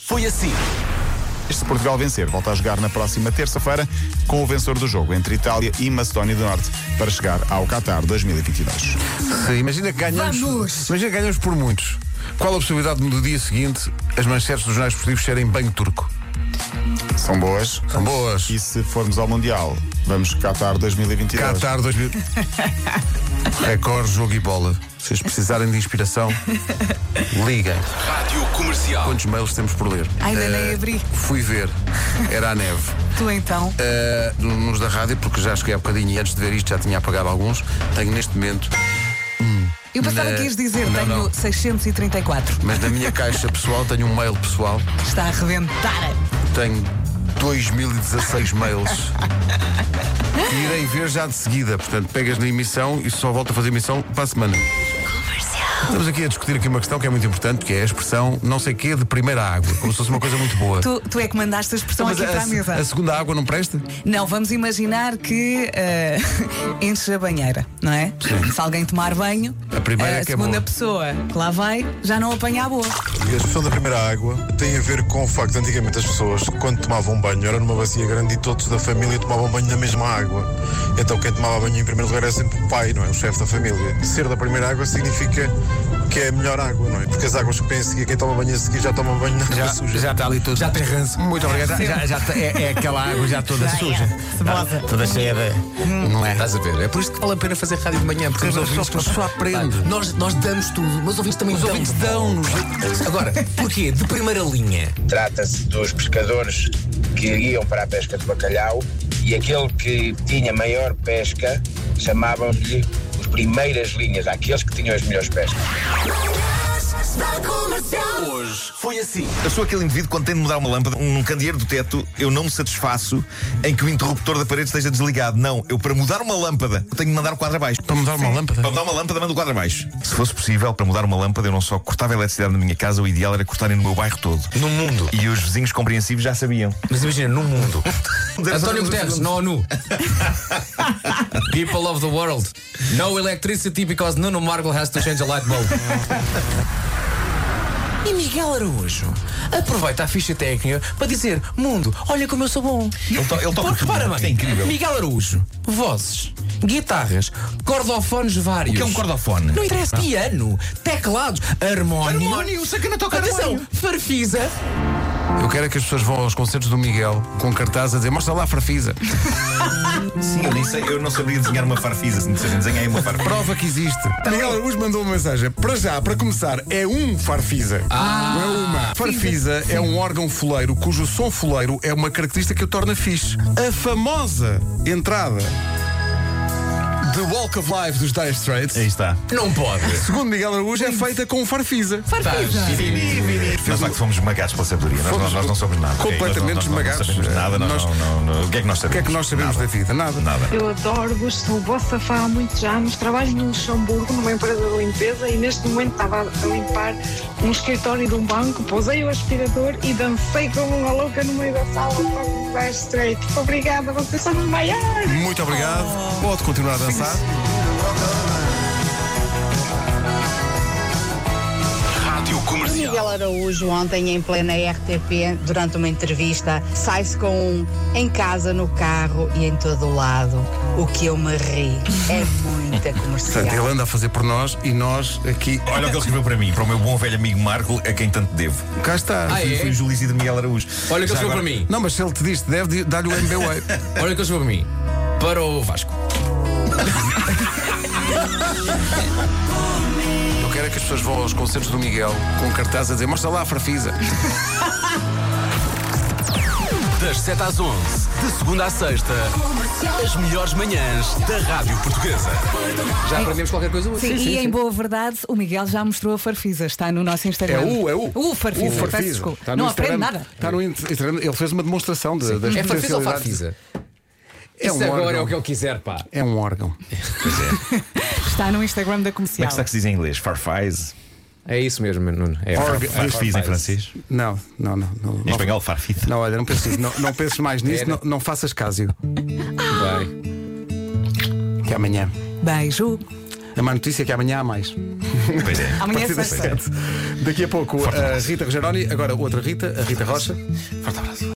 foi assim. Se Portugal vencer, volta a jogar na próxima terça-feira com o vencedor do jogo entre Itália e Macedónia do Norte para chegar ao Qatar 2022. Imagina que ganhamos por muitos. Qual a possibilidade de no dia seguinte as manchetes dos jornais esportivos serem banho turco? São boas. São boas. E se formos ao Mundial, vamos Qatar 2022. Qatar 2022. Record, jogo e bola. Se vocês precisarem de inspiração, liguem. Rádio Comercial. Quantos mails temos por ler? Ainda nem abri. Fui ver. Era a neve. Tu então? Nos da rádio, porque já cheguei há bocadinho e antes de ver isto já tinha apagado alguns. Tenho neste momento. Eu pensava que ias dizer, tenho 634. Mas na minha caixa pessoal tenho um mail pessoal. Está a arrebentar. Tenho 2016 mails. E irei ver já de seguida. Portanto, pegas na emissão e só volto a fazer emissão para a semana. Estamos aqui a discutir uma questão que é muito importante, que é a expressão não sei quê de primeira água, como se fosse uma coisa muito boa. Tu é que mandaste a expressão Mas aqui para a mesa. A segunda água não presta? Não, vamos imaginar que enche a banheira, não é? Sim. Se alguém tomar banho, A primeira é que é segunda boa. pessoa que lá vai já não apanha a boa. A expressão da primeira água tem a ver com o facto de antigamente as pessoas, quando tomavam banho, era numa bacia grande e todos da família tomavam banho na mesma água. Então quem tomava banho em primeiro lugar era sempre o pai, não é? O chefe da família. Ser da primeira água significa que é a melhor água, não é? Porque as águas que vêm a seguir, quem toma banho a seguir já toma banho na água suja. Já está ali tudo. Já tem ranço. Muito obrigado. É aquela água já toda suja. Toda cheia de. Não é? Estás a ver? É por isso que vale a pena fazer rádio de manhã. Porque os ouvintes. Só aprende. Nós damos tudo, mas os ouvintes também Os ouvintes dão-nos. Agora, porquê? De primeira linha. Trata-se dos pescadores que iam para a pesca de bacalhau e aquele que tinha maior pesca chamavam-lhe os primeiras linhas, aqueles que tinham as melhores pescas. Hoje foi assim. Eu sou aquele indivíduo que, quando tem de mudar uma lâmpada, num candeeiro do teto, eu não me satisfaço em que o interruptor da parede esteja desligado. Não, eu para mudar uma lâmpada, eu tenho de mandar o quadro abaixo. Para mudar uma lâmpada? Para mudar uma lâmpada, mando o quadro abaixo. Se fosse possível, para mudar uma lâmpada, eu não só cortava a eletricidade na minha casa, o ideal era cortarem no meu bairro todo. No mundo. E os vizinhos compreensivos já sabiam. Mas imagina, no mundo. António Guterres, na ONU. People of the world. No electricity because Nuno Marco has to change a light bulb. E Miguel Araújo aproveita a ficha técnica para dizer: mundo, olha como eu sou bom. Ele toca Porque tudo, repara é bem, incrível. Miguel Araújo, vozes, guitarras, cordofones vários. O que é um cordofone? Não interessa, piano, teclados, harmónio. Harmónio, o sacana toca Atenção, harmónio. farfisa. Eu quero é que as pessoas vão aos concertos do Miguel com cartaz a dizer: mostra lá a farfisa. Sim, eu não sabia desenhar uma farfisa, se me dissessem, desenhei uma farfisa. Prova que existe. Miguel Araújo mandou uma mensagem. Para começar, é um farfisa. Não é uma. Farfisa é um órgão foleiro cujo som foleiro é uma característica que o torna fixe. A famosa entrada The Walk of Life dos Dire Straits, Aí está. Não pode. segundo Miguel Araújo, é feita com farfisa. Farfisa. Nós, de facto, fomos esmagados pela sabedoria. Nós não somos nada. Completamente Nós esmagados. Não sabemos nada. O que é que nós sabemos? O que é que nós sabemos da vida? Nada. Eu adoro-vos, sou vossa fã há muitos anos, trabalho no Luxemburgo, numa empresa de limpeza e neste momento estava a limpar um escritório de um banco, pousei o aspirador e dancei como uma louca no meio da sala com o Dire Straits. Obrigada, vocês são os maiores. Muito obrigado. Pode continuar a dançar. Rádio Comercial. Miguel Araújo, ontem em plena RTP, durante uma entrevista, sai-se com um em casa, no carro e em todo o lado. O que eu me ri. É muita comercial. Portanto, ele anda a fazer por nós e nós aqui. Olha o que ele escreveu para mim, para o meu bom velho amigo Marco, a quem tanto devo. Cá está. Foi o Julício de Miguel Araújo. Olha o que ele escreveu para mim. Não, mas se ele te disse, deve dar-lhe o MBA. Olha o que ele escreveu para mim. Para o Vasco. Eu quero é que as pessoas vão aos concertos do Miguel com cartaz a dizer: mostra lá a farfisa. Das 7 às 11, de segunda à sexta, as melhores manhãs da Rádio Portuguesa. Já aprendemos qualquer coisa hoje? Sim, e em boa verdade, o Miguel já mostrou a farfisa. Está no nosso Instagram. É o. O farfisa, peço desculpa. Está no Não Instagram, aprende nada. Está no Instagram. Ele fez uma demonstração das É farfisa ou potencialidades. farfisa? É Isso um agora órgão. é o que ele quiser, pá. É um órgão. Está no Instagram da Como comercial. é que está que se diz em inglês? Farfise? É isso mesmo, Nuno. É Farfise em francês? Não. Em espanhol, farfite. Não, olha, não penses nisso. Não penses mais nisso. Era. Não faças caso. Bem. Que amanhã. Beijo. A má notícia é que amanhã há mais. Pois é. Amanhã é Partir das sexta. 7. Daqui a pouco a Rita Rogeroni, agora outra Rita, a Rita Rocha. Forte abraço.